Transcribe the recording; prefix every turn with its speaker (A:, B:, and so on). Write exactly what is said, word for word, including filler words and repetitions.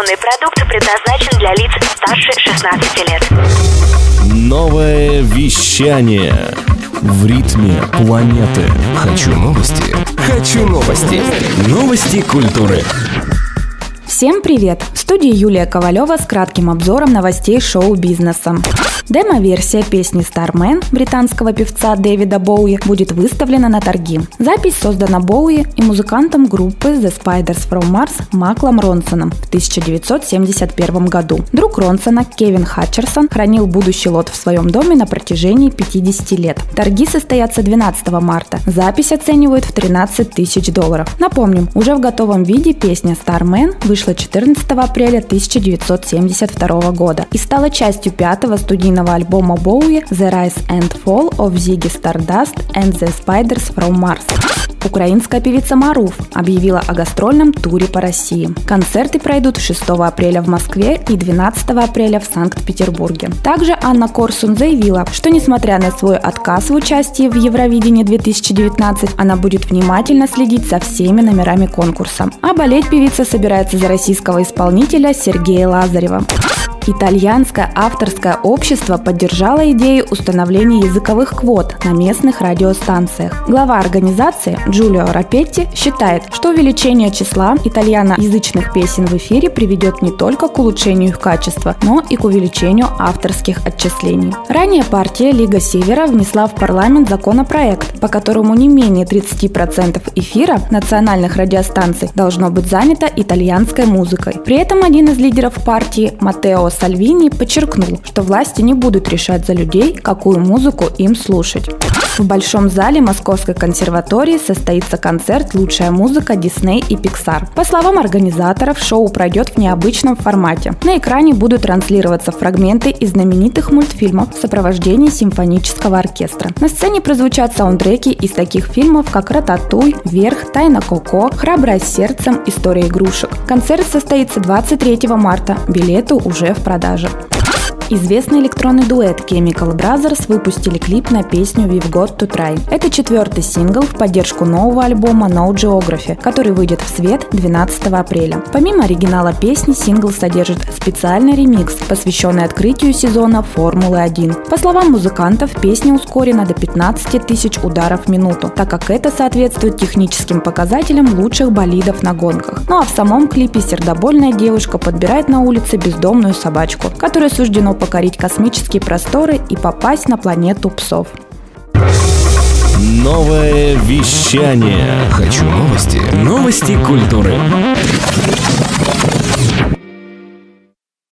A: Информационный продукт предназначен для лиц старше шестнадцати лет.
B: Новое вещание в ритме планеты.
C: Хочу новости. Хочу новости. Новости культуры.
D: Всем привет! В студии Юлия Ковалева с кратким обзором новостей шоу-бизнеса. Демо-версия песни «Starman» британского певца Дэвида Боуи будет выставлена на торги. Запись создана Боуи и музыкантом группы The Spiders from Mars Маклом Ронсоном в тысяча девятьсот семьдесят первом году. Друг Ронсона, Кевин Хатчерсон, хранил будущий лот в своем доме на протяжении пятидесяти лет. Торги состоятся двенадцатого марта. Запись оценивают в тринадцать тысяч долларов. Напомним, уже в готовом виде песня «Starman» вышла четырнадцатого апреля тысяча девятьсот семьдесят второго года и стала частью пятого студийного альбома Боуи «The Rise and Fall of Ziggy Stardust and the Spiders from Mars». Украинская певица Марув объявила о гастрольном туре по России. Концерты пройдут шестого апреля в Москве и двенадцатого апреля в Санкт-Петербурге. Также Анна Корсун заявила, что несмотря на свой отказ в участии в Евровидении две тысячи девятнадцать, она будет внимательно следить за всеми номерами конкурса. А болеть певица собирается за российского исполнителя Сергея Лазарева. Итальянское авторское общество поддержало идею установления языковых квот на местных радиостанциях. Глава организации Джулио Рапетти считает, что увеличение числа итальяноязычных песен в эфире приведет не только к улучшению их качества, но и к увеличению авторских отчислений. Ранее партия Лига Севера внесла в парламент законопроект, по которому не менее тридцати процентов эфира национальных радиостанций должно быть занято итальянской музыкой. При этом один из лидеров партии, Маттео Сальвини, подчеркнул, что власти не будут решать за людей, какую музыку им слушать. В Большом зале Московской консерватории состоится концерт «Лучшая музыка Дисней и Pixar». По словам организаторов, шоу пройдет в необычном формате. На экране будут транслироваться фрагменты из знаменитых мультфильмов в сопровождении симфонического оркестра. На сцене прозвучат саундтреки из таких фильмов, как «Рататуй», «Вверх», «Тайна Коко», «Храбрая сердцем», «История игрушек». Концерт состоится двадцать третьего марта. Билеты уже в продаже. Известный электронный дуэт Chemical Brothers выпустили клип на песню «We've Got to Try». Это четвертый сингл в поддержку нового альбома No Geography, который выйдет в свет двенадцатого апреля. Помимо оригинала песни, сингл содержит специальный ремикс, посвященный открытию сезона Формулы один. По словам музыкантов, песня ускорена до пятнадцати тысяч ударов в минуту, так как это соответствует техническим показателям лучших болидов на гонках. Ну а в самом клипе сердобольная девушка подбирает на улице бездомную собачку, которой суждено покорить космические просторы и попасть на планету псов.
B: Новое вещание.
C: Хочу новости. Новости культуры.